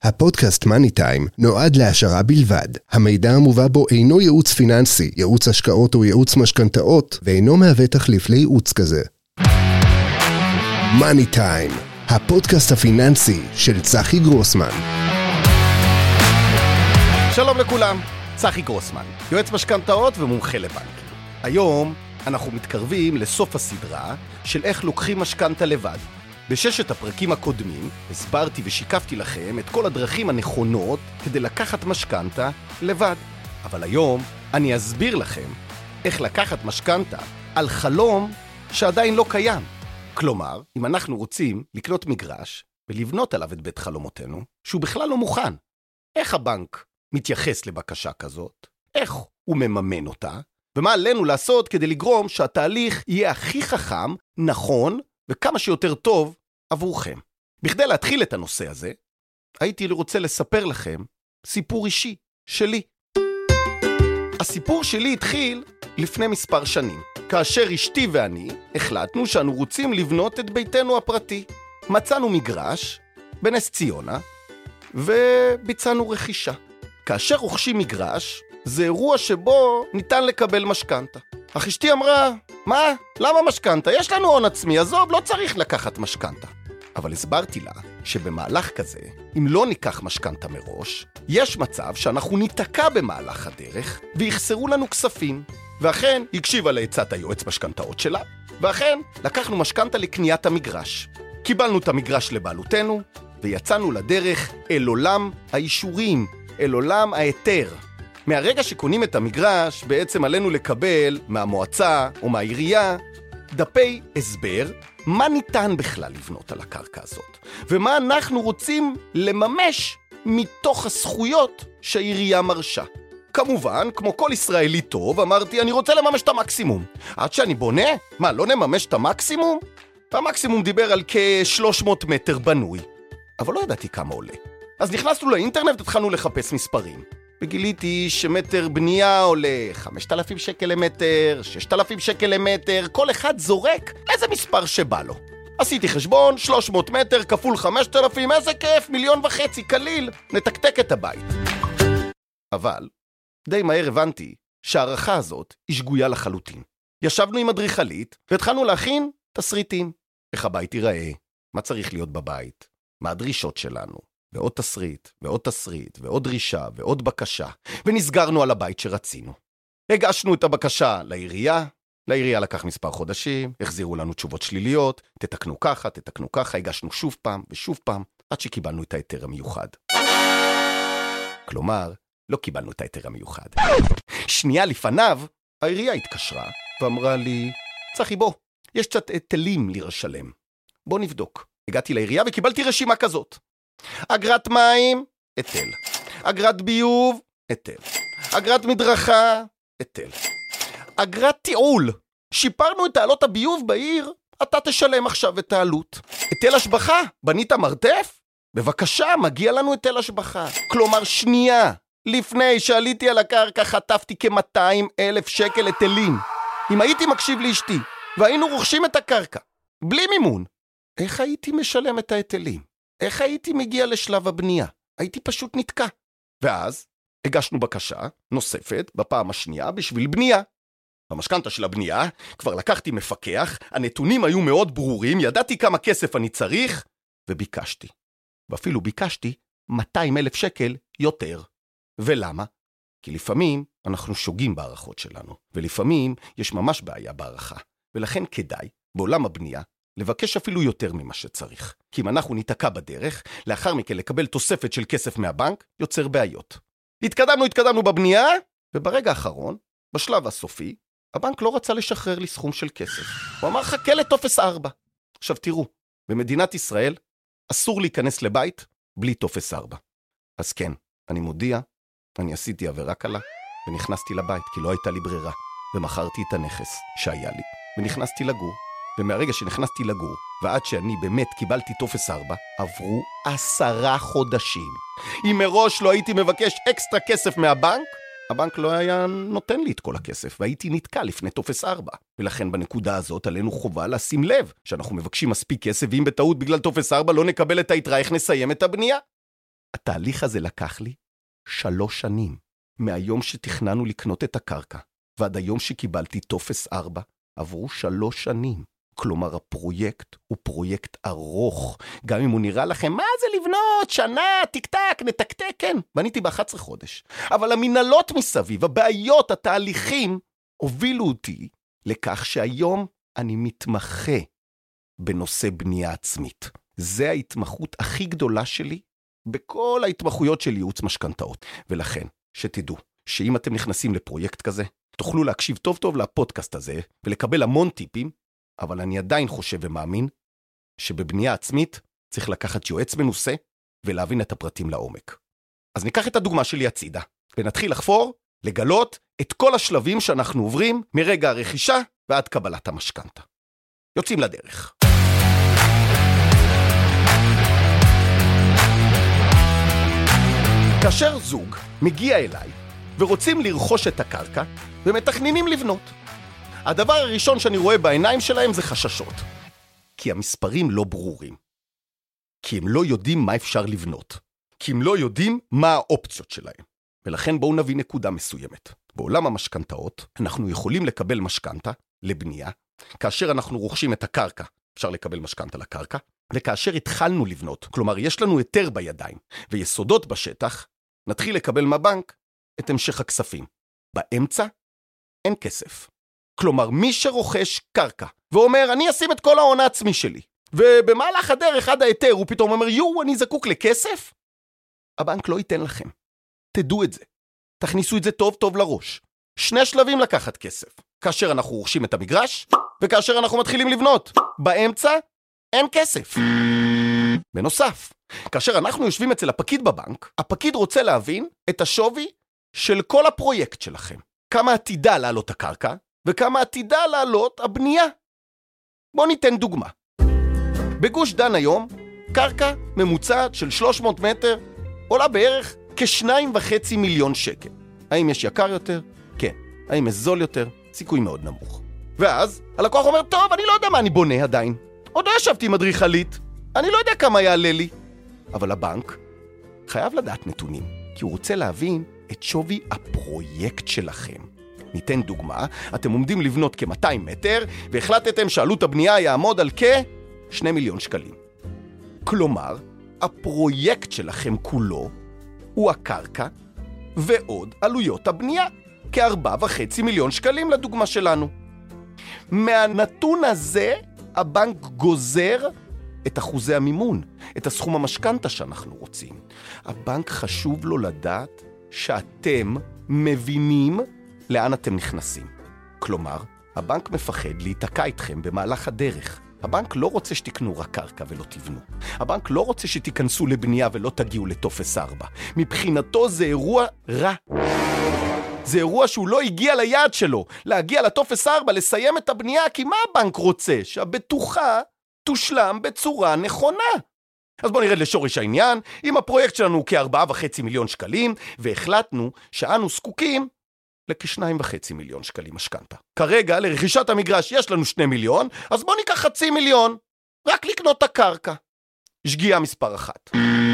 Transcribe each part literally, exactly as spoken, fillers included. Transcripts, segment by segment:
הפודקאסט מאני טיים נועד להשערה בלבד. המידע המובא בו אינו ייעוץ פיננסי, ייעוץ השקעות או ייעוץ משכנתאות, ואינו מהווה תחליף לייעוץ כזה. מאני טיים, הפודקאסט הפיננסי של צחי גרוסמן. שלום לכולם, צחי גרוסמן, יועץ משכנתאות ומומחה לבנקים. היום אנחנו מתקרבים לסוף הסדרה של איך לוקחים משכנתה לבד. בששת הפרקים הקודמים הסברתי ושיקפתי לכם את כל הדרכים הנכונות כדי לקחת משכנתה לבד. אבל היום אני אסביר לכם איך לקחת משכנתה על חלום שעדיין לא קיים. כלומר, אם אנחנו רוצים לקנות מגרש ולבנות עליו את בית חלומותינו, שהוא בכלל לא מוכן, איך הבנק מתייחס לבקשה כזאת? איך הוא מממן אותה? ומה עלינו לעשות כדי לגרום שהתהליך יהיה הכי חכם, נכון וכמה שיותר טוב עבורכם? בכדי להתחיל את הנושא הזה, הייתי רוצה לספר לכם סיפור אישי שלי. הסיפור שלי התחיל לפני מספר שנים, כאשר אשתי ואני החלטנו שאנו רוצים לבנות את ביתנו הפרטי. מצאנו מגרש בנס ציונה וביצענו רכישה. כאשר רוכשים מגרש, זה אירוע שבו ניתן לקבל משכנתה. אך אשתי אמרה, מה? למה משכנתה? יש לנו הון עצמי, עזוב, לא צריך לקחת משכנתה. אבל הסברתי לה שבמהלך כזה, אם לא ניקח משכנתה מראש, יש מצב שאנחנו ניתקע במהלך הדרך ויחסרו לנו כספים. ואכן, הקשיבה לעצת היועץ משכנתאות שלה, ואכן, לקחנו משכנתה לקניית המגרש. קיבלנו את המגרש לבעלותנו, ויצאנו לדרך אל עולם האישורים, אל עולם ההיתר. מהרגע שקונים את המגרש, בעצם עלינו לקבל מהמועצה או מהעירייה דפי הסבר מה ניתן בכלל לבנות על הקרקע הזאת, ומה אנחנו רוצים לממש מתוך הזכויות שהעירייה מרשה. כמובן, כמו כל ישראלי טוב, אמרתי, אני רוצה לממש את המקסימום. עד שאני בונה, מה, לא נממש את המקסימום? המקסימום דיבר על כ-שלוש מאות מטר בנוי, אבל לא ידעתי כמה עולה. אז נכנסנו לאינטרנט והתחלנו לחפש מספרים. וגיליתי שמטר בנייה עולה חמשת אלפים שקל למטר, ששת אלפים שקל למטר, כל אחד זורק איזה מספר שבא לו. עשיתי חשבון, שלוש מאות מטר כפול חמשת אלפים, איזה כיף, מיליון וחצי, קליל, נתקתק את הבית. אבל די מהר הבנתי שהערכה הזאת היא שגויה לחלוטין. ישבנו עם אדריכלית והתחלנו להכין תסריטים. איך הבית ייראה, מה צריך להיות בבית, מה הדרישות שלנו. ועוד תסריט, ועוד תסריט, ועוד דרישה, ועוד בקשה, ונסגרנו על הבית שרצינו. הגשנו את הבקשה לעירייה, לעירייה לקח מספר חודשים, החזירו לנו תשובות שליליות, תתקנו ככה, תתקנו ככה, הגשנו שוב פעם ושוב פעם, עד שקיבלנו את ההיתר המיוחד. כלומר, לא קיבלנו את ההיתר המיוחד. שנייה לפניו, העירייה התקשרה, ואמרה לי, צחי בוא, יש קצת היטלים לרשלם. בוא נבדוק. הגעתי לעירייה וקיבלתי רשימה כזאת. אגרת מים, היטל. אגרת ביוב, היטל. אגרת מדרכה, היטל. אגרת טיעול. שיפרנו את תעלות הביוב בעיר, אתה תשלם עכשיו את העלות. היטל השבחה, בנית מרתף? בבקשה, מגיע לנו היטל השבחה. כלומר, שנייה, לפני שעליתי על הקרקע חטפתי כ-מאתיים אלף שקל היטלים. אם הייתי מקשיב לאשתי, והיינו רוכשים את הקרקע, בלי מימון, איך הייתי משלם את ההיטלים? איך הייתי מגיע לשלב הבנייה? הייתי פשוט נתקע. ואז הגשנו בקשה נוספת בפעם השנייה בשביל בנייה. במשכנתה של הבנייה כבר לקחתי מפקח, הנתונים היו מאוד ברורים, ידעתי כמה כסף אני צריך, וביקשתי. ואפילו ביקשתי מאתיים אלף שקל יותר. ולמה? כי לפעמים אנחנו שוגים בערכות שלנו, ולפעמים יש ממש בעיה בערכה. ולכן כדאי, בעולם הבנייה, לבקש אפילו יותר ממה שצריך. כי אם אנחנו ניתקע בדרך, לאחר מכן לקבל תוספת של כסף מהבנק, יוצר בעיות. התקדמנו, התקדמנו בבנייה, וברגע האחרון, בשלב הסופי, הבנק לא רצה לשחרר לי סכום של כסף. הוא אמר, חכה לטופס ארבע. עכשיו תראו, במדינת ישראל, אסור להיכנס לבית בלי טופס ארבע. אז כן, אני מודיע, אני עשיתי עבירה קלה, ונכנסתי לבית, כי לא הייתה לי ברירה, ומכרתי את הנכס שהיה לי, ונכנסתי לגור. ומהרגע שנכנסתי לגור, ועד שאני באמת קיבלתי טופס ארבע, עברו עשרה חודשים. אם מראש לא הייתי מבקש אקסטרה כסף מהבנק, הבנק לא היה נותן לי את כל הכסף, והייתי נתקע לפני טופס ארבע. ולכן בנקודה הזאת עלינו חובה לשים לב, שאנחנו מבקשים מספיק כסף, ואם בטעות בגלל טופס ארבע לא נקבל את היתרה, איך נסיים את הבנייה. התהליך הזה לקח לי שלוש שנים, מהיום שתכננו לקנות את הקרקע, ועד היום שקיבלתי טופס ארבע, עברו שלוש שנים. כלומר, הפרויקט הוא פרויקט ארוך, גם אם הוא נראה לכם, מה זה לבנות? שנה, תקתק, נתקתק, כן, בניתי ב-אחד עשר חודש. אבל המנהלות מסביב, הבעיות, התהליכים, הובילו אותי לכך שהיום אני מתמחה בנושא בנייה עצמית. זה ההתמחות הכי גדולה שלי בכל ההתמחויות של ייעוץ משכנתאות. ולכן, שתדעו שאם אתם נכנסים לפרויקט כזה, תוכלו להקשיב טוב טוב לפודקאסט הזה ולקבל המון טיפים, אבל אני עדיין חושב ומאמין שבבנייה עצמית צריך לקחת יועץ מנוסה ולהבין את הפרטים לעומק. אז ניקח את הדוגמה שלי הצידה, ונתחיל לחפור, לגלות את כל השלבים שאנחנו עוברים מרגע הרכישה ועד קבלת המשכנתה. יוצאים לדרך. כאשר זוג מגיע אליי ורוצים לרכוש את הקרקע ומתכננים לבנות, הדבר הראשון שאני רואה בעיניים שלהם זה חששות. כי המספרים לא ברורים. כי הם לא יודעים מה אפשר לבנות. כי הם לא יודעים מה האופציות שלהם. ולכן בואו נביא נקודה מסוימת. בעולם המשכנתאות אנחנו יכולים לקבל משכנתה לבנייה, כאשר אנחנו רוכשים את הקרקע, אפשר לקבל משכנתה לקרקע, וכאשר התחלנו לבנות, כלומר יש לנו היתר בידיים ויסודות בשטח, נתחיל לקבל מהבנק את המשך הכספים. באמצע אין כסף. כלומר, מי שרוכש קרקע ואומר, אני אשים את כל ההון העצמי שלי, ובמהלך הדרך עד ההיתר הוא פתאום אומר, יו, אני זקוק לכסף, הבנק לא ייתן לכם. תדעו את זה. תכניסו את זה טוב טוב לראש. שני שלבים לקחת כסף. כאשר אנחנו רוכשים את המגרש, וכאשר אנחנו מתחילים לבנות. באמצע אין כסף. בנוסף, כאשר אנחנו יושבים אצל הפקיד בבנק, הפקיד רוצה להבין את השווי של כל הפרויקט שלכם. כמה עתידה לעלות הקרקע, וכמה עתידה לעלות הבנייה. בואו ניתן דוגמה. בגוש דן היום, קרקע ממוצעת של שלוש מאות מטר עולה בערך כשניים וחצי מיליון שקל. האם יש יקר יותר? כן. האם יש זול יותר? סיכוי מאוד נמוך. ואז הלקוח אומר, טוב, אני לא יודע מה אני בונה עדיין. עוד לא ישבתי עם אדריכלית. אני לא יודע כמה יעלה לי. אבל הבנק חייב לדעת נתונים, כי הוא רוצה להבין את שווי הפרויקט שלכם. ניתן דוגמה, אתם עומדים לבנות כ-מאתיים מטר, והחלטתם שעלות הבנייה יעמוד על כ-שני מיליון שקלים. כלומר, הפרויקט שלכם כולו הוא הקרקע, ועוד עלויות הבנייה, כארבע וחצי מיליון שקלים לדוגמה שלנו. מהנתון הזה, הבנק גוזר את אחוזי המימון, את הסכום המשכנתה שאנחנו רוצים. הבנק חשוב לו לדעת שאתם מבינים לאן אתם נכנסים. כלומר, הבנק מפחד להיתקע איתכם במהלך הדרך. הבנק לא רוצה שתקנו רק קרקע ולא תבנו. הבנק לא רוצה שתיכנסו לבנייה ולא תגיעו לטופס ארבע. מבחינתו זה אירוע רע. זה אירוע שהוא לא הגיע ליעד שלו. להגיע לטופס ארבע, לסיים את הבנייה, כי מה הבנק רוצה? שהבטוחה תושלם בצורה נכונה. אז בואו נרד לשורש העניין. אם הפרויקט שלנו הוא כארבעה וחצי מיליון שקלים, והחלטנו שאנו זקוקים לכשניים וחצי מיליון שקלים משכנתה. כרגע, לרכישת המגרש יש לנו שני מיליון, אז בואו ניקח חצי מיליון, רק לקנות את הקרקע. שגיאה מספר אחת.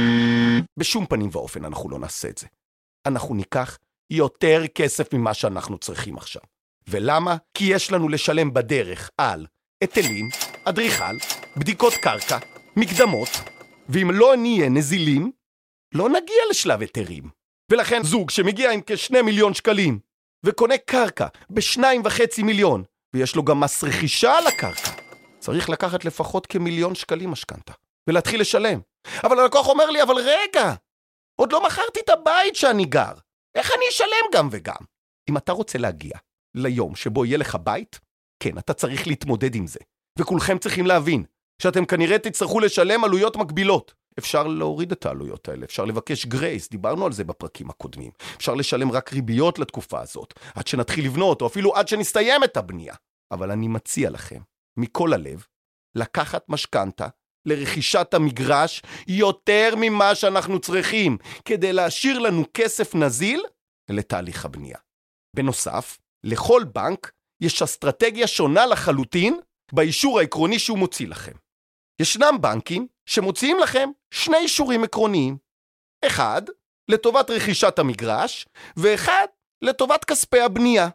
בשום פנים ואופן אנחנו לא נעשה את זה. אנחנו ניקח יותר כסף ממה שאנחנו צריכים עכשיו. ולמה? כי יש לנו לשלם בדרך על היטלים, אדריכל, בדיקות קרקע, מקדמות, ואם לא נהיה נזילים, לא נגיע לשלב היתרים. ולכן זוג שמגיע עם כשני מיליון שקלים, וקונה קרקע בשניים וחצי מיליון, ויש לו גם מס רכישה על הקרקע, צריך לקחת לפחות כמיליון שקלים משכנתה, ולהתחיל לשלם. אבל הלקוח אומר לי, אבל רגע, עוד לא מכרתי את הבית שאני גר, איך אני אשלם גם וגם? אם אתה רוצה להגיע ליום שבו יהיה לך בית, כן, אתה צריך להתמודד עם זה. וכולכם צריכים להבין שאתם כנראה תצטרכו לשלם עלויות מקבילות. אפשר להוריד את העלויות האלה, אפשר לבקש גרייס, דיברנו על זה בפרקים הקודמים. אפשר לשלם רק ריביות לתקופה הזאת, עד שנתחיל לבנות, או אפילו עד שנסתיים את הבנייה. אבל אני מציע לכם, מכל הלב, לקחת משכנתה לרכישת המגרש יותר ממה שאנחנו צריכים, כדי להשאיר לנו כסף נזיל לתהליך הבנייה. בנוסף, לכל בנק יש אסטרטגיה שונה לחלוטין באישור העקרוני שהוא מוציא לכם. ישנם בנקים שמוציאים לכם שני אישורים עקרוניים. אחד לטובת רכישת המגרש, ואחד לטובת כספי הבנייה.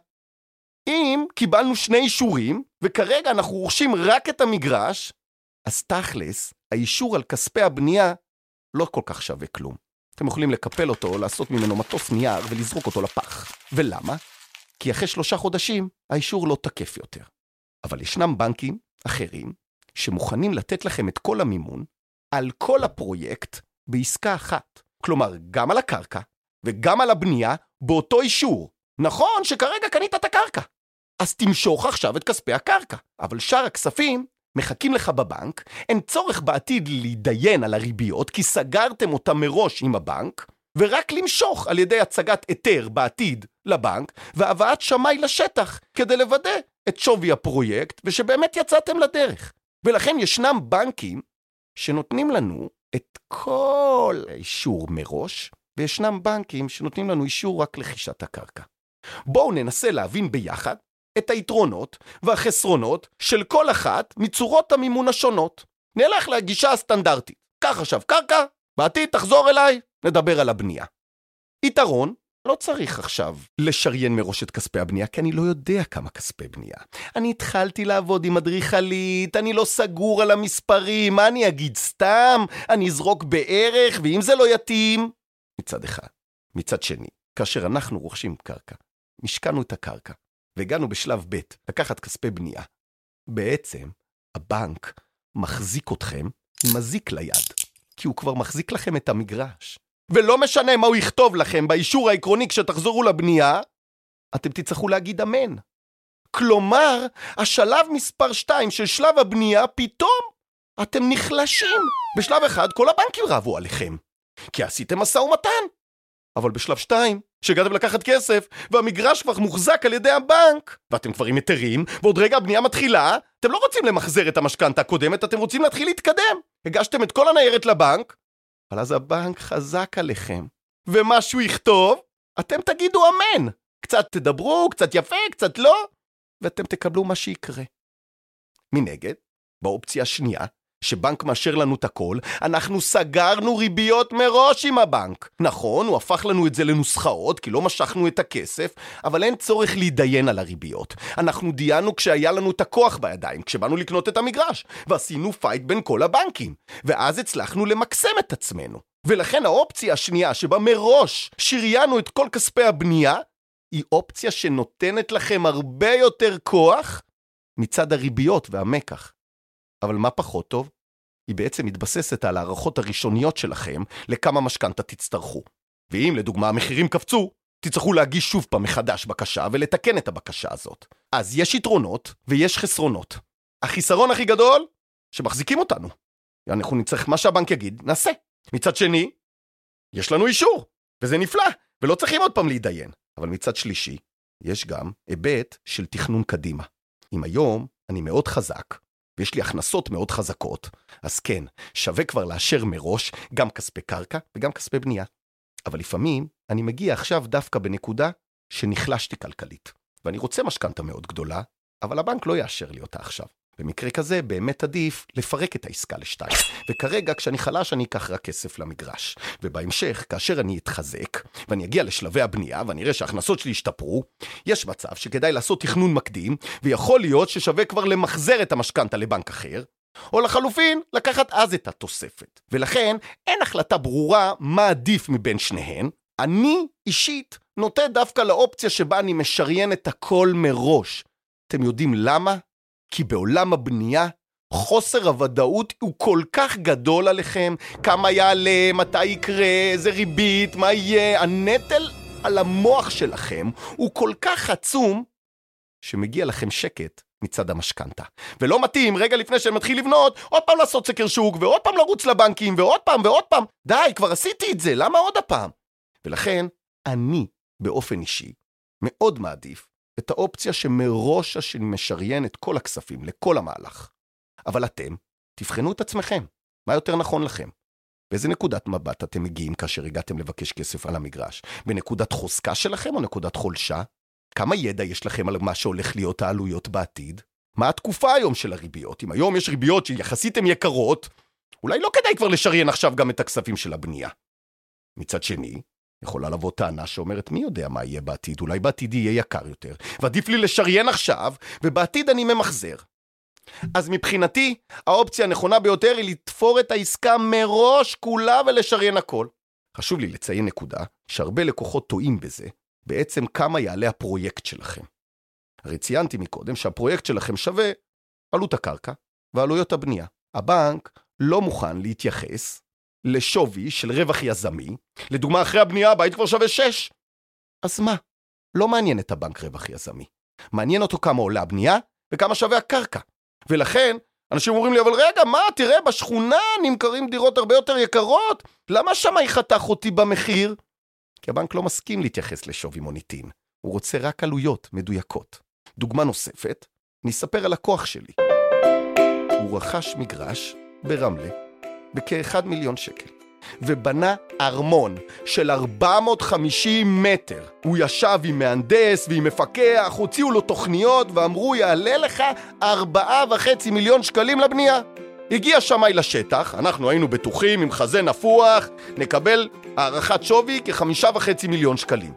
אם קיבלנו שני אישורים, וכרגע אנחנו רוכשים רק את המגרש, אז תכלס, האישור על כספי הבנייה לא כל כך שווה כלום. אתם יכולים לקפל אותו, לעשות ממנו מטוס נייר ולזרוק אותו לפח. ולמה? כי אחרי שלושה חודשים האישור לא תקף יותר. אבל ישנם בנקים אחרים שמוכנים לתת לכם את כל המימון על כל הפרויקט בעסקה אחת. כלומר, גם על הקרקע וגם על הבנייה באותו אישור. נכון שכרגע קנית את הקרקע. אז תמשוך עכשיו את כספי הקרקע. אבל שאר הכספים מחכים לך בבנק, אין צורך בעתיד להידיין על הריביות, כי סגרתם אותם מראש עם הבנק, ורק למשוך על ידי הצגת היתר בעתיד לבנק, והבאת שמאי לשטח, כדי לוודא את שווי הפרויקט, ושבאמת יצאתם לדרך. ולכן ישנם בנקים שנותנים לנו את כל האישור מראש, וישנם בנקים שנותנים לנו אישור רק לחישת הקרקע. בואו ננסה להבין ביחד את היתרונות והחסרונות של כל אחת מצורות המימון השונות. נלך לגישה הסטנדרטית. קח עכשיו קרקע, בעתיד תחזור אליי, נדבר על הבנייה. יתרון, לא צריך עכשיו לשריין מראש את כספי הבנייה, כי אני לא יודע כמה כספי בנייה. אני התחלתי לעבוד עם אדריכלית, אני לא סגור על המספרים, מה אני אגיד סתם? אני אזרוק בערך, ואם זה לא יתאים? מצד אחד. מצד שני, כאשר אנחנו רוכשים קרקע, משקענו את הקרקע, והגענו בשלב ב' לקחת כספי בנייה. בעצם, הבנק מחזיק אתכם עם מזיק ליד, כי הוא כבר מחזיק לכם את המגרש. ולא משנה מה הוא יכתוב לכם באישור העקרוני כשתחזרו לבנייה, אתם תצטרכו להגיד אמן. כלומר, השלב מספר שתיים של שלב הבנייה, פתאום אתם נחלשים. בשלב אחד כל הבנקים רבו עליכם, כי עשיתם משא ומתן. אבל בשלב שתיים, שהגעתם לקחת כסף, והמגרש כבר מוחזק על ידי הבנק, ואתם כבר עם היתרים, ועוד רגע הבנייה מתחילה, אתם לא רוצים למחזר את המשכנתה הקודמת, אתם רוצים להתחיל להתקדם. הגשתם את כל הניירת לבנק, אבל אז הבנק חזק עליכם. ומשהו יכתוב, אתם תגידו אמן. קצת תדברו, קצת יפה, קצת לא, ואתם תקבלו מה שיקרה. מנגד, באופציה השנייה, שבנק מאשר לנו את הכל, אנחנו סגרנו ריביות מראש עם הבנק. נכון, הוא הפך לנו את זה לנוסחאות, כי לא משכנו את הכסף, אבל אין צורך להידיין על הריביות. אנחנו דיינו כשהיה לנו את הכוח בידיים, כשבאנו לקנות את המגרש, ועשינו פייט בין כל הבנקים, ואז הצלחנו למקסם את עצמנו. ולכן האופציה השנייה, שבה מראש שריינו את כל כספי הבנייה, היא אופציה שנותנת לכם הרבה יותר כוח מצד הריביות והמקח. אבל מה פחות טוב? היא בעצם מתבססת על הערכות הראשוניות שלכם לכמה משכנתה תצטרכו. ואם לדוגמה המחירים קפצו, תצטרכו להגיש שוב פעם מחדש בקשה ולתקן את הבקשה הזאת. אז יש יתרונות ויש חסרונות. החיסרון הכי גדול, שמחזיקים אותנו. אנחנו נצטרך מה שהבנק יגיד, נעשה. מצד שני, יש לנו אישור, וזה נפלא, ולא צריכים עוד פעם להידיין. אבל מצד שלישי, יש גם היבט של תכנון קדימה. אם היום אני מאוד חזק, ויש לי הכנסות מאוד חזקות, אז כן, שווה כבר לאשר מראש גם כספי קרקע וגם כספי בנייה. אבל לפעמים אני מגיע עכשיו דווקא בנקודה שנחלשתי כלכלית, ואני רוצה משכנתה מאוד גדולה, אבל הבנק לא יאשר לי אותה עכשיו. במקרה כזה באמת עדיף לפרק את העסקה לשתיים, וכרגע כשאני חלש אני אקח רק כסף למגרש, ובהמשך כאשר אני אתחזק ואני אגיע לשלבי הבנייה ואני אראה שההכנסות שלי ישתפרו, יש מצב שכדאי לעשות תכנון מקדים, ויכול להיות ששווה כבר למחזר את המשכנתה לבנק אחר, או לחלופין לקחת אז את התוספת. ולכן אין החלטה ברורה מה עדיף מבין שניהן. אני אישית נוטה דווקא לאופציה שבה אני משריין את הכל מראש. אתם יודעים למה? כי בעולם הבנייה, חוסר הוודאות הוא כל כך גדול עליכם, כמה יעלה, מתי יקרה, איזה ריבית, מה יהיה, הנטל על המוח שלכם הוא כל כך עצום, שמגיע לכם שקט מצד המשכנתה. ולא מתאים, רגע לפני שאני מתחיל לבנות, עוד פעם לעשות סקר שוק, ועוד פעם לרוץ לבנקים, ועוד פעם ועוד פעם, די, כבר עשיתי את זה, למה עוד הפעם? ולכן, אני, באופן אישי, מאוד מעדיף, את האופציה שמראש שאני משריין את כל הכספים לכל המהלך. אבל אתם, תבחנו את עצמכם. מה יותר נכון לכם? באיזה נקודת מבט אתם מגיעים כאשר הגעתם לבקש כסף על המגרש? בנקודת חוזקה שלכם או נקודת חולשה? כמה ידע יש לכם על מה שהולך להיות העלויות בעתיד? מה התקופה היום של הריביות? אם היום יש ריביות שיחסית הן יקרות, אולי לא כדאי כבר לשריין עכשיו גם את הכספים של הבנייה. מצד שני, יכולה לבוא טענה שאומרת, מי יודע מה יהיה בעתיד? אולי בעתיד יהיה יקר יותר, ועדיף לי לשריין עכשיו, ובעתיד אני ממחזר. אז מבחינתי, האופציה הנכונה ביותר היא לתפור את העסקה מראש כולה ולשריין הכל. חשוב לי לציין נקודה, שהרבה לקוחות טועים בזה, בעצם כמה יעלה הפרויקט שלכם. הרי ציינתי מקודם שהפרויקט שלכם שווה עלות הקרקע ועלויות הבנייה. הבנק לא מוכן להתייחס לשווי של רווח יזמי, לדוגמה אחרי הבנייה הבית כבר שווה שש. אז מה? לא מעניין את הבנק רווח יזמי. מעניין אותו כמה עולה הבנייה וכמה שווה הקרקע. ולכן אנשים אומרים לי, אבל רגע, מה? תראה, בשכונה נמכרים דירות הרבה יותר יקרות. למה שמה יחתך אותי במחיר? כי הבנק לא מסכים להתייחס לשווי מוניטין. הוא רוצה רק עלויות מדויקות. דוגמה נוספת, נספר על הכוח שלי. הוא רכש מגרש ברמלה בכ-אחד מיליון שקל, ובנה ארמון של ארבע מאות וחמישים מטר. הוא ישב עם מהנדס ועם מפקח, הוציאו לו תוכניות ואמרו, יעלה לך ארבעה וחצי מיליון שקלים לבנייה. הגיע שמאי לשטח, אנחנו היינו בטוחים עם חזה נפוח, נקבל הערכת שווי כחמישה וחצי מיליון שקלים.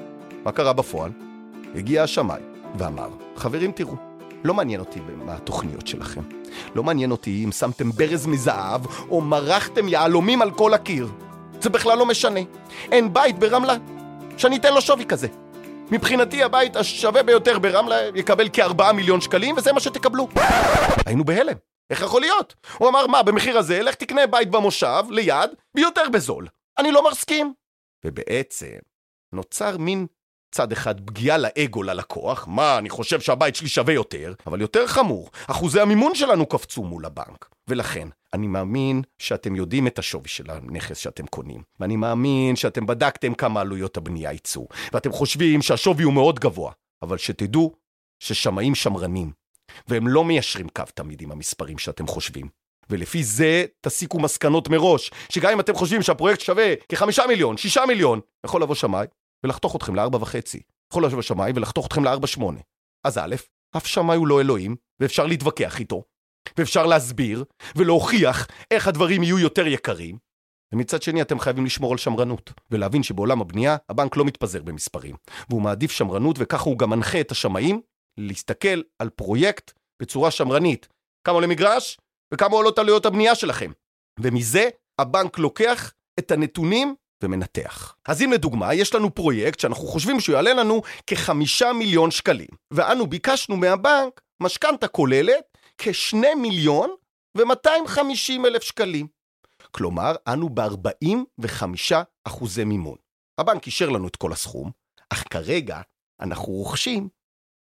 מה קרה בפועל? הגיע השמאי ואמר, חברים תראו, לא מעניין אותי מה התוכניות שלכם. לא מעניין אותי אם שמתם ברז מזהב או מרחתם יעלומים על כל הקיר. זה בכלל לא משנה. אין בית ברמלה שאני אתן לו שווי כזה. מבחינתי הבית השווה ביותר ברמלה יקבל כארבעה מיליון שקלים, וזה מה שתקבלו. היינו בהלם. איך יכול להיות? הוא אמר, מה, במחיר הזה, לך תקנה בית במושב, ליד, ביותר בזול. אני לא מסכים. ובעצם נוצר מין צד אחד פגיעה לאגו ללקוח, מה, אני חושב שהבית שלי שווה יותר, אבל יותר חמור, אחוזי המימון שלנו קפצו מול הבנק. ולכן, אני מאמין שאתם יודעים את השווי של הנכס שאתם קונים, ואני מאמין שאתם בדקתם כמה עלויות הבנייה ייצאו, ואתם חושבים שהשווי הוא מאוד גבוה, אבל שתדעו ששמאים שמרנים, והם לא מיישרים קו תמיד עם המספרים שאתם חושבים. ולפי זה תסיקו מסקנות מראש, שגם אם אתם חושבים שהפרויקט שווה כחמישה מיליון, שישה מיליון, יכול לבוא שמאי ולחתוך אתכם לארבע וחצי. יכול לבוא שמאי ולחתוך אתכם לארבע שמונה. אז א', אף שמאי הוא לא אלוהים, ואפשר להתווכח איתו, ואפשר להסביר ולהוכיח איך הדברים יהיו יותר יקרים. ומצד שני אתם חייבים לשמור על שמרנות, ולהבין שבעולם הבנייה הבנק לא מתפזר במספרים, והוא מעדיף שמרנות, וככה הוא גם מנחה את השמאים להסתכל על פרויקט בצורה שמרנית. כמה עולה מגרש וכמה עולות עלויות הבנייה שלכם. ומזה הבנק לוקח את הנתונים ומנתח. אז אם לדוגמה יש לנו פרויקט שאנחנו חושבים שהוא יעלה לנו כחמישה מיליון שקלים, ואנו ביקשנו מהבנק משכנתה כוללת כשני מיליון ומאתיים וחמישים אלף שקלים. כלומר, אנו ב-ארבעים וחמישה אחוזי מימון. הבנק אישר לנו את כל הסכום, אך כרגע אנחנו רוכשים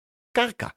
קרקע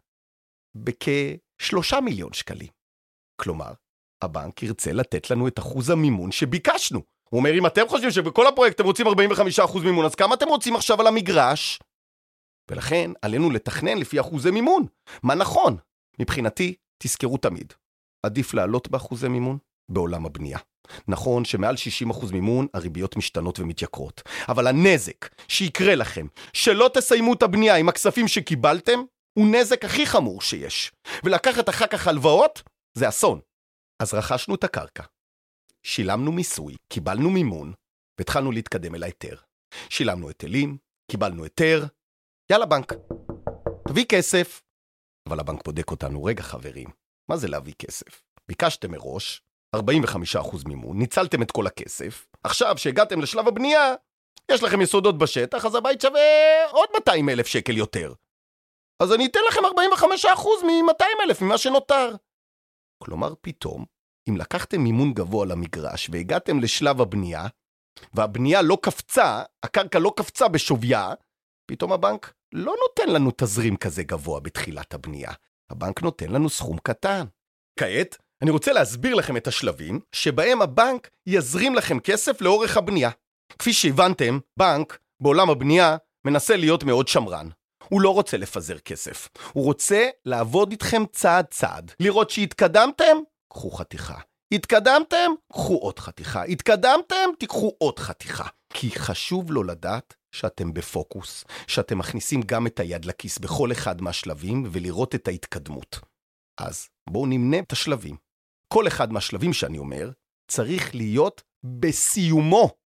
בכ-שלושה מיליון שקלים. כלומר, הבנק ירצה לתת לנו את אחוז המימון שביקשנו. הוא אומר, אם אתם חושבים שבכל הפרויקט אתם רוצים ארבעים וחמישה אחוז מימון, אז כמה אתם רוצים עכשיו על המגרש? ולכן, עלינו לתכנן לפי אחוזי מימון. מה נכון? מבחינתי, תזכרו תמיד. עדיף לעלות באחוזי מימון בעולם הבנייה. נכון שמעל שישים אחוז מימון הריביות משתנות ומתייקרות. אבל הנזק שיקרה לכם, שלא תסיימו את הבנייה עם הכספים שקיבלתם, הוא נזק הכי חמור שיש. ולקחת אחר כך הלוואות, זה אסון. אז רכשנו את הקרקע. שילמנו מיסוי, קיבלנו מימון, והתחלנו להתקדם אל היתר. שילמנו היטלים, קיבלנו היתר, יאללה בנק, תביא כסף. אבל הבנק בודק אותנו, רגע חברים, מה זה להביא כסף? ביקשתם מראש, ארבעים וחמישה אחוז מימון, ניצלתם את כל הכסף, עכשיו שהגעתם לשלב הבנייה, יש לכם יסודות בשטח, אז הבית שווה עוד מאתיים אלף שקל יותר. אז אני אתן לכם ארבעים וחמישה אחוז מ-מאתיים אלף ממה שנותר. כלומר פתאום, אם לקחתם מימון גבוה למגרש והגעתם לשלב הבנייה, והבנייה לא קפצה, הקרקע לא קפצה בשוויה, פתאום הבנק לא נותן לנו תזרים כזה גבוה בתחילת הבנייה. הבנק נותן לנו סכום קטן. כעת, אני רוצה להסביר לכם את השלבים שבהם הבנק יזרים לכם כסף לאורך הבנייה. כפי שהבנתם, בנק בעולם הבנייה מנסה להיות מאוד שמרן. הוא לא רוצה לפזר כסף. הוא רוצה לעבוד איתכם צעד צעד. לראות שהתקדמתם, קחו חתיכה. התקדמתם, קחו עוד חתיכה. התקדמתם, תיקחו עוד חתיכה. כי חשוב לו לדעת שאתם בפוקוס, שאתם מכניסים גם את היד לכיס בכל אחד מהשלבים ולראות את ההתקדמות. אז בואו נמנה את השלבים. כל אחד מהשלבים שאני אומר צריך להיות בסיומו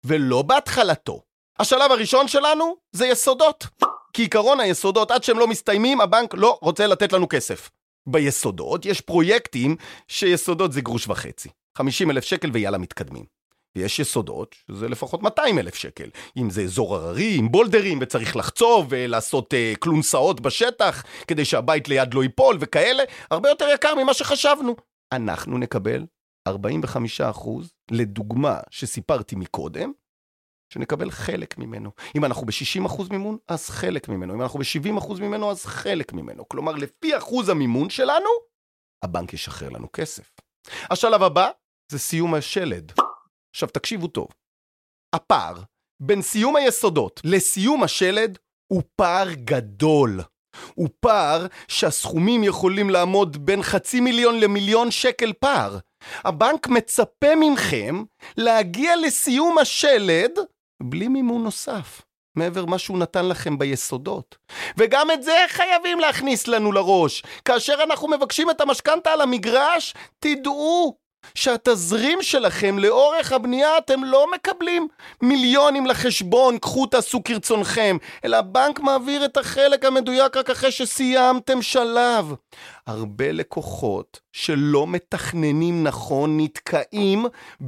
ולא בהתחלתו. השלב הראשון שלנו זה יסודות. כי עיקרון היסודות, עד שהם לא מסתיימים, הבנק לא רוצה לתת לנו כסף. ביסודות יש פרויקטים שיסודות זה גרוש וחצי. חמישים אלף שקל ויאללה מתקדמים. ויש יסודות שזה לפחות מאתיים אלף שקל. אם זה אזור הררי, עם בולדרים, וצריך לחצוב ולעשות אה, קלונסאות בשטח, כדי שהבית ליד לא ייפול וכאלה, הרבה יותר יקר ממה שחשבנו. אנחנו נקבל ארבעים וחמישה אחוז, לדוגמה שסיפרתי מקודם, שנקבל חלק ממנו. אם אנחנו ב-שישים אחוז מימון, אז חלק ממנו. אם אנחנו ב-שבעים אחוז ממנו, אז חלק ממנו. כלומר, לפי אחוז המימון שלנו, הבנק ישחרר לנו כסף. השלב הבא זה סיום השלד. עכשיו תקשיבו טוב. הפער בין סיום היסודות לסיום השלד הוא פער גדול. הוא פער שהסכומים יכולים לעמוד בין חצי מיליון למיליון שקל פער. הבנק מצפה ממכם להגיע לסיום השלד בלי מימון נוסף, מעבר מה שהוא נתן לכם ביסודות. וגם את זה חייבים להכניס לנו לראש. כאשר אנחנו מבקשים את המשכנתה על המגרש, תדעו שהתזרים שלכם לאורך הבנייה אתם לא מקבלים מיליונים לחשבון, קחו תעשו כרצונכם, אלא הבנק מעביר את החלק המדויק רק אחרי שסיימתם שלב. הרבה לקוחות שלא מתכננים נכון נתקעים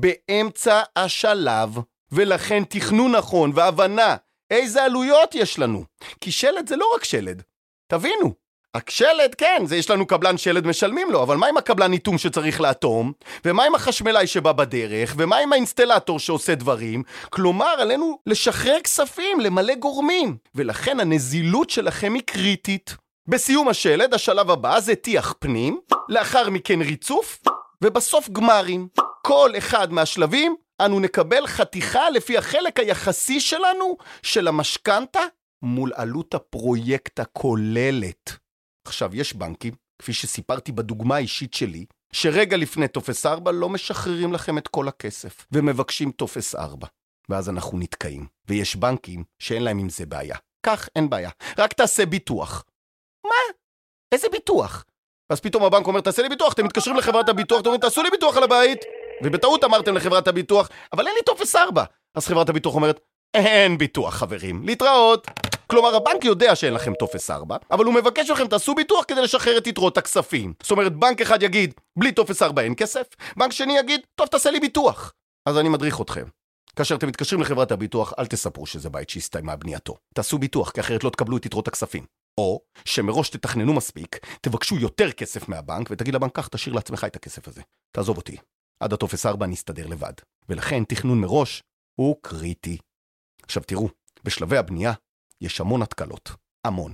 באמצע השלב, ולכן תכנון נכון והבנה איזה עלויות יש לנו. כי שלד זה לא רק שלד, תבינו. השלד, כן, זה יש לנו קבלן שלד משלמים לו, אבל מה עם הקבלן ניתום שצריך לאטום? ומה עם החשמלאי שבא בדרך? ומה עם האינסטלטור שעושה דברים? כלומר, עלינו לשחרר כספים, למלא גורמים, ולכן הנזילות שלכם היא קריטית. בסיום השלד, השלב הבא זה טיח פנים, לאחר מכן ריצוף, ובסוף גמרים. כל אחד מהשלבים, אנו נקבל חתיכה לפי החלק היחסי שלנו, של המשכנתה, מול עלות הפרויקט הכוללת. עכשיו, יש בנקים, כפי שסיפרתי בדוגמה האישית שלי, שרגע לפני טופס ארבע לא משחררים לכם את כל הכסף, ומבקשים טופס ארבע. ואז אנחנו נתקעים. ויש בנקים שאין להם עם זה בעיה. כך אין בעיה. רק תעשה ביטוח. מה? איזה ביטוח? ואז פתאום הבנק אומר, תעשה לי ביטוח, אתם מתקשרים לחברת הביטוח, אתם אומרים, תעשו לי ביטוח על הבית. ובטעות אמרתם לחברת הביטוח, אבל אין לי טופס ארבע. אז חברת הביטוח אומרת, אין ביטוח, חברים. להתראות. כלומר, הבנק יודע שאין לכם טופס ארבע, אבל הוא מבקש לכם תעשו ביטוח כדי לשחרר את יתרות הכספים. זאת אומרת, בנק אחד יגיד, בלי טופס ארבע אין כסף, בנק שני יגיד, טוב, תעשה לי ביטוח. אז אני מדריך אתכם. כאשר אתם מתקשרים לחברת הביטוח, אל תספרו שזה בית שהסתיימה בנייתו. תעשו ביטוח, כי אחרת לא תקבלו את יתרות הכספים. או שמראש תתכננו מספיק, תבקשו יותר כסף מהבנק, ותגיד לבנק, כך תשאיר לעצמך את הכסף הזה. תעזוב אותי. עד הטופס ארבע נסתדר לבד. ולכן תכנון מראש הוא קריטי. עכשיו תראו, בשלבי הבנייה יש המון התקלות, המון.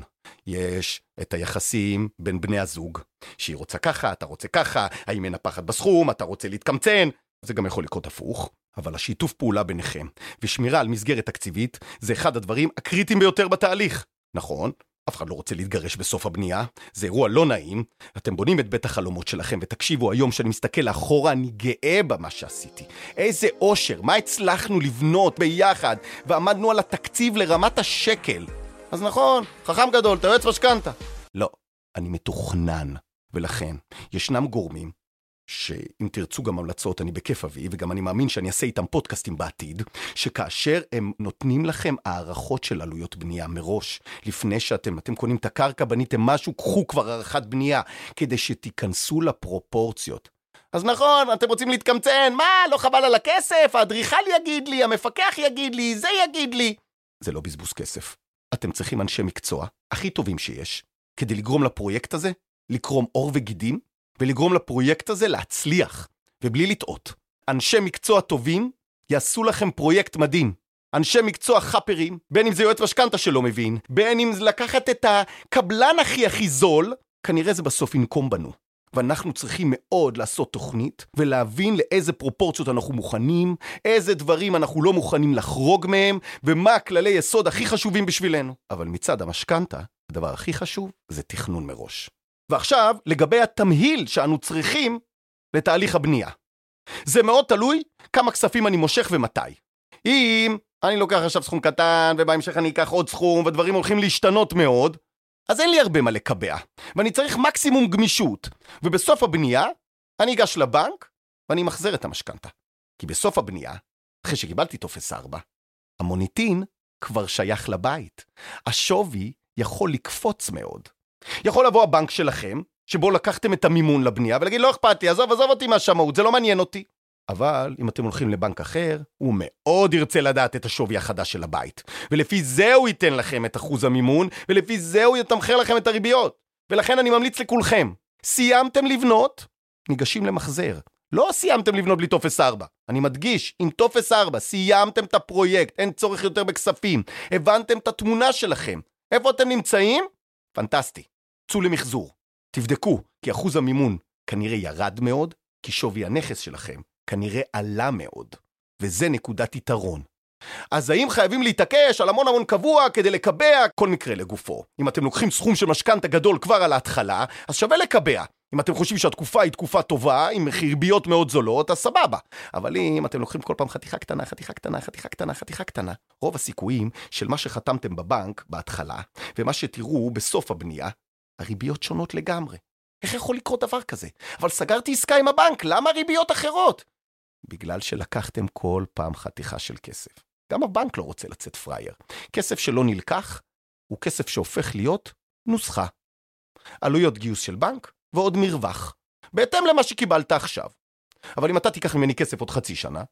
יש את היחסים בין בני הזוג, שהיא רוצה ככה, אתה רוצה ככה, האם אין הפחד בסכום, אתה רוצה להתקמצן, זה גם יכול לקרות הפוך, אבל השיתוף פעולה ביניכם ושמירה על מסגרת תקציבית זה אחד הדברים הקריטיים ביותר בתהליך. נכון, אף אחד לא רוצה להתגרש בסוף הבנייה, זה אירוע לא נעים, אתם בונים את בית החלומות שלכם, ותקשיבו, היום שאני מסתכל לאחורה, אני גאה במה שעשיתי. איזה אושר, מה הצלחנו לבנות ביחד, ועמדנו על התקציב לרמת השקל. אז נכון, חכם גדול, אתה יועץ משכנתה. לא, אני מתוכנן, ולכן ישנם גורמים, שאם תרצו גם המלצות, אני בכיף אביא, וגם אני מאמין שאני אעשה איתם פודקאסטים בעתיד, שכאשר הם נותנים לכם הערכות של עלויות בנייה מראש, לפני שאתם אתם קונים את הקרקע, בניתם משהו, קחו כבר הערכת בנייה, כדי שתיכנסו לפרופורציות. אז נכון, אתם רוצים להתקמצן, מה, לא חבל על הכסף, האדריכל יגיד לי, המפקח יגיד לי, זה יגיד לי. זה לא בזבוז כסף. אתם צריכים אנשי מקצוע, הכי טובים שיש, כדי לגרום לפרויקט הזה, לקרום אור וגידים, ולגרום לפרויקט הזה להצליח, ובלי לטעות. אנשי מקצוע טובים יעשו לכם פרויקט מדהים. אנשי מקצוע חפרים, בין אם זה יועץ משכנתה שלא מבין, בין אם זה לקחת את הקבלן הכי הכי זול, כנראה זה בסוף ינקום בנו. ואנחנו צריכים מאוד לעשות תוכנית, ולהבין לאיזה פרופורציות אנחנו מוכנים, איזה דברים אנחנו לא מוכנים לחרוג מהם, ומה הכללי יסוד הכי חשובים בשבילנו. אבל מצד המשכנתה, הדבר הכי חשוב זה תכנון מראש. ועכשיו, לגבי התמהיל שאנו צריכים לתהליך הבנייה. זה מאוד תלוי כמה כספים אני מושך ומתי. אם אני לוקח עכשיו סכום קטן, ובהמשך אני אקח עוד סכום, ודברים הולכים להשתנות מאוד, אז אין לי הרבה מה לקבע. ואני צריך מקסימום גמישות. ובסוף הבנייה, אני אגש לבנק, ואני מחזר את המשכנתה. כי בסוף הבנייה, אחרי שקיבלתי טופס ארבע, המוניטין כבר שייך לבית. השווי יכול לקפוץ מאוד. יכול לבוא הבנק שלכם, שבו לקחתם את המימון לבנייה, ולהגיד, לא אכפת לי, עזוב, עזוב אותי מהשמאות, זה לא מעניין אותי. אבל אם אתם הולכים לבנק אחר, הוא מאוד ירצה לדעת את השווי החדש של הבית. ולפי זה הוא ייתן לכם את אחוז המימון, ולפי זה הוא יתמחר לכם את הריביות. ולכן אני ממליץ לכולכם, סיימתם לבנות, ניגשים למחזר. לא סיימתם לבנות בלי טופס ארבע. אני מדגיש, עם טופס ארבע, סיימתם את הפרויקט, אין צורך יותר בכספים, הבנתם את התמונה שלכם. איפה אתם נמצאים? פנטסטי. צאו למחזור. תבדקו, כי אחוז המימון כנראה ירד מאוד, כי שווי הנכס שלכם כנראה עלה מאוד. וזה נקודת יתרון. אז האם חייבים להתעקש על המון המון קבוע כדי לקבע כל מקרה לגופו? אם אתם לוקחים סכום של משכנתא גדול כבר על ההתחלה, אז שווה לקבע. אם אתם חושבים שהתקופה היא תקופה טובה, עם ריביות מאוד זולות, אז סבבה. אבל אם אתם לוקחים כל פעם חתיכה קטנה, חתיכה קטנה, חתיכה קטנה, חתיכה קטנה, רוב הסיכויים של מה שחתמתם בבנק בהתחלה, ומה שתראו בסוף הבנייה, הריביות שונות לגמרי. איך יכול לקרות דבר כזה? אבל סגרתי עסקה עם הבנק, למה ריביות אחרות? בגלל שלקחתם כל פעם חתיכה של כסף. גם הבנק לא רוצה לצאת פרייר. כסף שלא נלקח, הוא כסף שהופך להיות נוסחה. עלויות גיוס של בנק, ועוד מרווח. בהתאם למה שקיבלת עכשיו. אבל אם אתה תיקח ממני כסף עוד חצי שנה,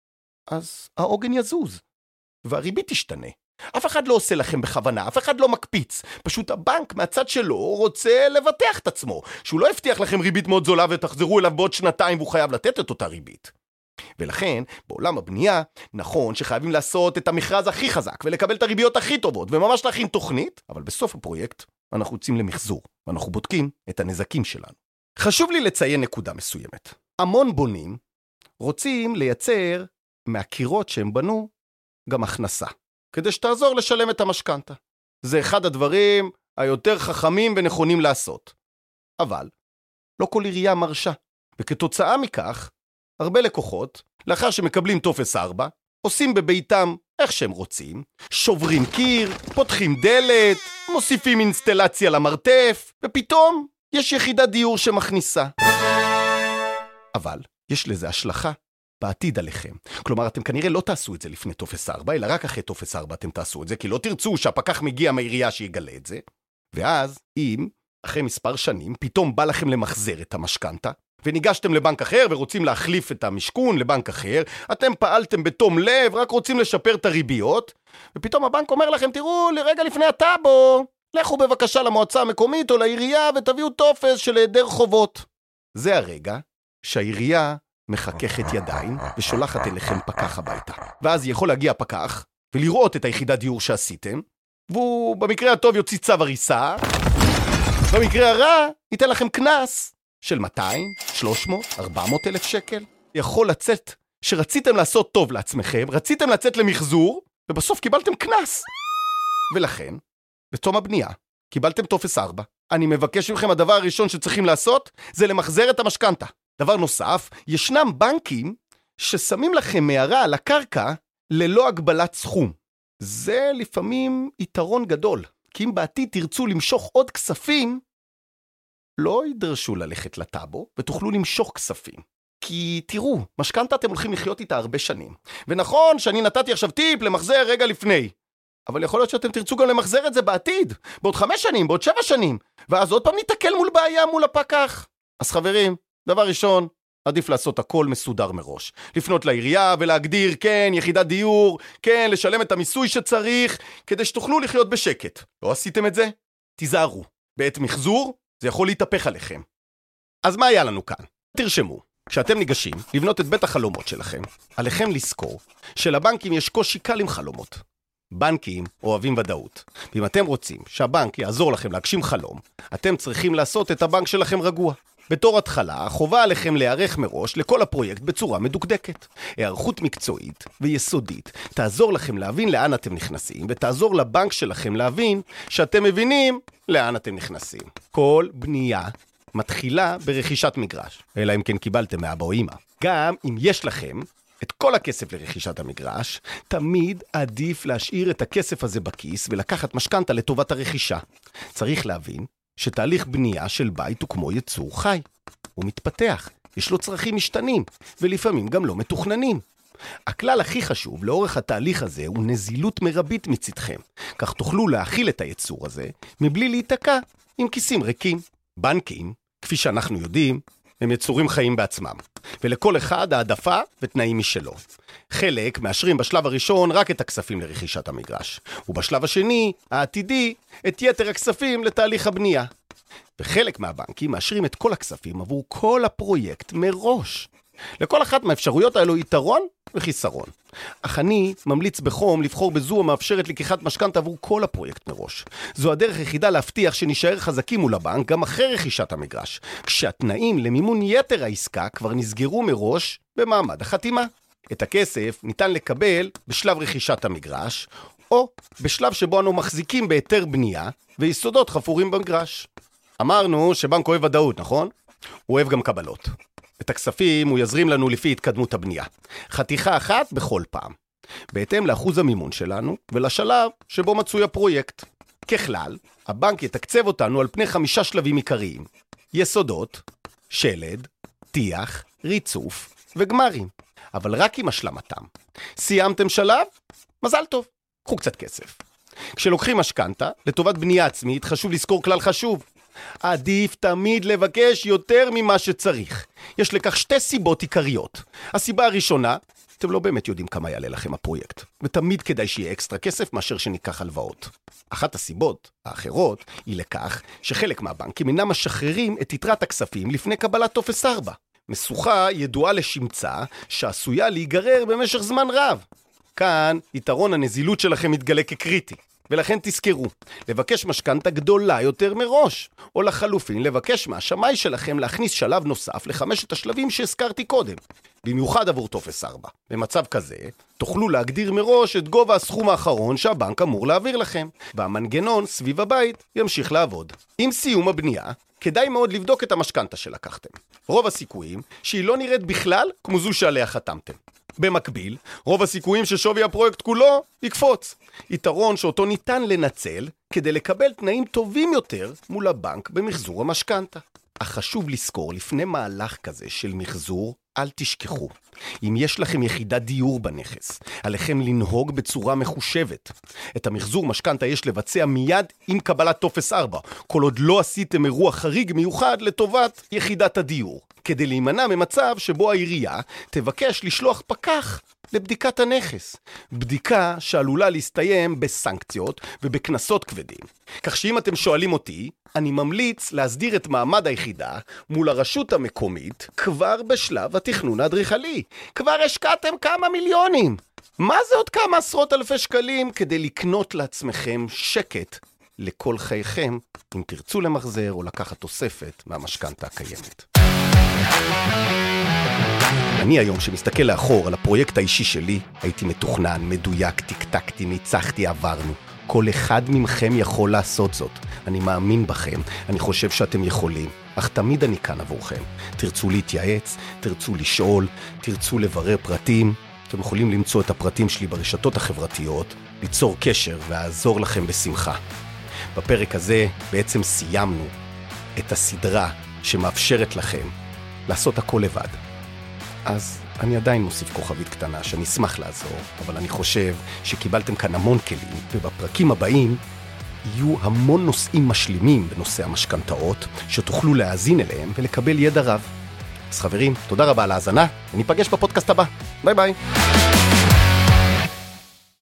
אז העוגן יזוז. והריבית תשתנה. אף אחד לא עושה לכם בכוונה, אף אחד לא מקפיץ. פשוט הבנק מהצד שלו רוצה לבטח את עצמו. שהוא לא הבטיח לכם ריבית מאוד זולה ותחזרו אליו בעוד שנתיים והוא חייב לתת את אותה ריבית. ולכן, בעולם הבנייה, נכון שחייבים לעשות את המכרז הכי חזק ולקבל את הריביות הכי טובות וממש להכין תוכנית, אבל בסוף הפרויקט אנחנו יוצאים למחזור ואנחנו בודקים את הנזקים שלנו. חשוב לי לציין נקודה מסוימת. המון בונים רוצים לייצר מהקירות שהם בנו גם הכנסה, כדי שתעזור לשלם את המשכנתא. זה אחד הדברים היותר חכמים ונכונים לעשות. אבל לא כל עירייה מרשה, וכתוצאה מכך, הרבה לקוחות, לאחר שמקבלים טופס ארבע, עושים בביתם איך שהם רוצים, שוברים קיר, פותחים דלת, מוסיפים אינסטלציה למרתף, ופתאום יש יחידת דיור שמכניסה. אבל יש לזה השלכה בעתיד עליכם. כלומר, אתם כנראה לא תעשו את זה לפני טופס ארבע, אלא רק אחרי טופס ארבע אתם תעשו את זה, כי לא תרצו שהפקח מגיע מהעירייה שיגלה את זה. ואז, אם אחרי מספר שנים פתאום בא לכם למחזר את המשכנתא, וניגשתם לבנק אחר ורוצים להחליף את המשכון לבנק אחר, אתם פעלתם בתום לב, רק רוצים לשפר את הריביות, ופתאום הבנק אומר לכם, תראו, לרגע לפני הטאבו, לכו בבקשה למועצה המקומית או לעירייה ותביאו טופס של היעדר חובות. זה הרגע שהעירייה מחככת ידיים ושולחת אליכם פקח הביתה. ואז יכול להגיע פקח ולראות את היחידת דיור שעשיתם, והוא במקרה הטוב יוציא צו הריסה, במקרה הרע ייתן לכם קנס של מאתיים, שלוש מאות, ארבע מאות אלף שקל. יכול לצאת שרציתם לעשות טוב לעצמכם, רציתם לצאת למחזור, ובסוף קיבלתם קנס. ולכן, בתום הבנייה, קיבלתם טופס ארבע. אני מבקש מכם, הדבר הראשון שצריכים לעשות, זה למחזר את המשכנתא. דבר נוסף, ישנם בנקים ששמים לכם מערה על הקרקע ללא הגבלת סכום. זה לפעמים יתרון גדול, כי אם בעתיד תרצו למשוך עוד כספים, לא ידרשו ללכת לטאבו ותוכלו למשוך כספים. כי תראו, משכנתא אתם הולכים לחיות איתה הרבה שנים. ונכון שאני נתתי עכשיו טיפ למחזר רגע לפני. אבל יכול להיות שאתם תרצו גם למחזר את זה בעתיד, בעוד חמש שנים, בעוד שבע שנים. ואז עוד פעם נתקל מול בעיה מול הפקח. אז חברים, דבר ראשון, עדיף לעשות הכל מסודר מראש. לפנות לעירייה ולהגדיר, כן, יחידת דיור, כן, לשלם את המיסוי שצריך, כדי שתוכלו לחיות בשקט. לא עשיתם את זה? תיזהרו. בעת מחזור, זה יכול להתהפך עליכם. אז מה היה לנו כאן? תרשמו, כשאתם ניגשים לבנות את בית החלומות שלכם, עליכם לזכור שלבנקים יש קושי קל עם חלומות. בנקים אוהבים ודאות. ואם אתם רוצים שהבנק יעזור לכם להגשים חלום, אתם צריכים לעשות את הבנק שלכם רגוע. בתור התחלה, חובה עליכם להיערך מראש לכל הפרויקט בצורה מדוקדקת. הערכות מקצועית ויסודית תעזור לכם להבין לאן אתם נכנסים, ותעזור לבנק שלכם להבין שאתם מבינים לאן אתם נכנסים. כל בנייה מתחילה ברכישת מגרש, אלא אם כן קיבלתם מאבא או אמא. גם אם יש לכם את כל הכסף לרכישת המגרש, תמיד עדיף להשאיר את הכסף הזה בכיס ולקחת משכנתא לטובת הרכישה. צריך להבין שתהליך בנייה של בית הוא כמו יצור חי. הוא מתפתח, יש לו צרכים משתנים, ולפעמים גם לא מתוכננים. הכלל הכי חשוב לאורך התהליך הזה הוא נזילות מרבית מצדכם. כך תוכלו להכיל את היצור הזה מבלי להיתקע עם כיסים ריקים. בנקים, כפי שאנחנו יודעים, הם יצורים חיים בעצמם, ולכל אחד העדפה ותנאים משלו. חלק מאשרים בשלב הראשון רק את הכספים לרכישת המגרש, ובשלב השני, העתידי, את יתר הכספים לתהליך הבנייה. וחלק מהבנקים מאשרים את כל הכספים עבור כל הפרויקט מראש. לכל אחת מהאפשרויות האלו יתרון וחיסרון. אך אני ממליץ בחום לבחור בזו המאפשרת לקיחת משכנתא עבור כל הפרויקט מראש. זו הדרך היחידה להבטיח שנשאר חזקים מול הבנק גם אחרי רכישת המגרש, כשהתנאים למימון יתר העסקה כבר נסגרו מראש במעמד החתימה. את הכסף ניתן לקבל בשלב רכישת המגרש, או בשלב שבו אנו מחזיקים בהיתר בנייה ויסודות חפורים במגרש. אמרנו שבנק אוהב ודאות, נכון? הוא אוהב גם קבלות. את הכספים הוא יזרים לנו לפי התקדמות הבנייה. חתיכה אחת בכל פעם. בהתאם לאחוז המימון שלנו ולשלב שבו מצוי הפרויקט. ככלל, הבנק יתקצב אותנו על פני חמישה שלבים עיקריים. יסודות, שלד, טיח, ריצוף וגמרים. אבל רק עם השלמתם. סיימתם שלב? מזל טוב. קחו קצת כסף. כשלוקחים משכנתא, לטובת בנייה עצמית, חשוב לזכור כלל חשוב. עדיף תמיד לבקש יותר ממה שצריך. יש לכך שתי סיבות עיקריות. הסיבה הראשונה, אתם לא באמת יודעים כמה יעלה לכם הפרויקט, ותמיד כדאי שיהיה אקסטרה כסף מאשר שניקח הלוואות. אחת הסיבות האחרות היא לכך שחלק מהבנקים אינם משחררים את יתרת הכספים לפני קבלת טופס ארבע. מסוכה ידועה לשמצה שעשויה להיגרר במשך זמן רב. כאן יתרון הנזילות שלכם מתגלה כקריטי. ולכן תזכרו, לבקש משכנתא גדולה יותר מראש, או לחלופין לבקש מהשמאי שלכם להכניס שלב נוסף לחמשת השלבים שהזכרתי קודם, במיוחד עבור טופס ארבע. במצב כזה, תוכלו להגדיר מראש את גובה הסכום האחרון שהבנק אמור להעביר לכם, והמנגנון סביב הבית ימשיך לעבוד. עם סיום הבנייה, כדאי מאוד לבדוק את המשכנתא שלקחתם. רוב הסיכויים שהיא לא נראית בכלל כמו זו שעליה חתמתם. במקביל, רוב הסיכויים ששווי הפרויקט כולו יקפוץ. יתרון שאותו ניתן לנצל כדי לקבל תנאים טובים יותר מול הבנק במחזור המשכנתא. אך חשוב לזכור, לפני מהלך כזה של מחזור, אל תשכחו. אם יש לכם יחידת דיור בנכס, עליכם לנהוג בצורה מחושבת. את המחזור משכנתא יש לבצע מיד עם קבלת טופס ארבע, כל עוד לא עשיתם אירוע חריג מיוחד לטובת יחידת הדיור, כדי להימנע ממצב שבו העירייה תבקש לשלוח פקח לבדיקת הנכס. בדיקה שעלולה להסתיים בסנקציות ובכנסות כבדים. כך שאם אתם שואלים אותי, אני ממליץ להסדיר את מעמד היחידה מול הרשות המקומית כבר בשלב התכנון האדריכלי. כבר השקעתם כמה מיליונים. מה זה עוד כמה עשרות אלפי שקלים כדי לקנות לעצמכם שקט לכל חייכם, אם תרצו למחזר או לקחת תוספת מהמשכנתא הקיימת. אני היום שמסתכל לאחור על הפרויקט האישי שלי, הייתי מתוכנן, מדויק, טקטקתי, ניצחתי, עברנו. כל אחד ממכם יכול לעשות זאת. אני מאמין בכם, אני חושב שאתם יכולים, אך תמיד אני כאן עבורכם. תרצו להתייעץ, תרצו לשאול, תרצו לברר פרטים. אתם יכולים למצוא את הפרטים שלי ברשתות החברתיות, ליצור קשר ואעזור לכם בשמחה. בפרק הזה בעצם סיימנו את הסדרה שמאפשרת לכם לעשות הכל לבד. אז אני עדיין מוסיף כוכבית קטנה שאני אשמח לעזור, אבל אני חושב שקיבלתם כאן המון כלים, ובפרקים הבאים יהיו המון נושאים משלימים בנושא המשכנתאות, שתוכלו להאזין אליהם ולקבל ידע רב. אז חברים, תודה רבה על ההאזנה, וניפגש בפודקאסט הבא. ביי ביי.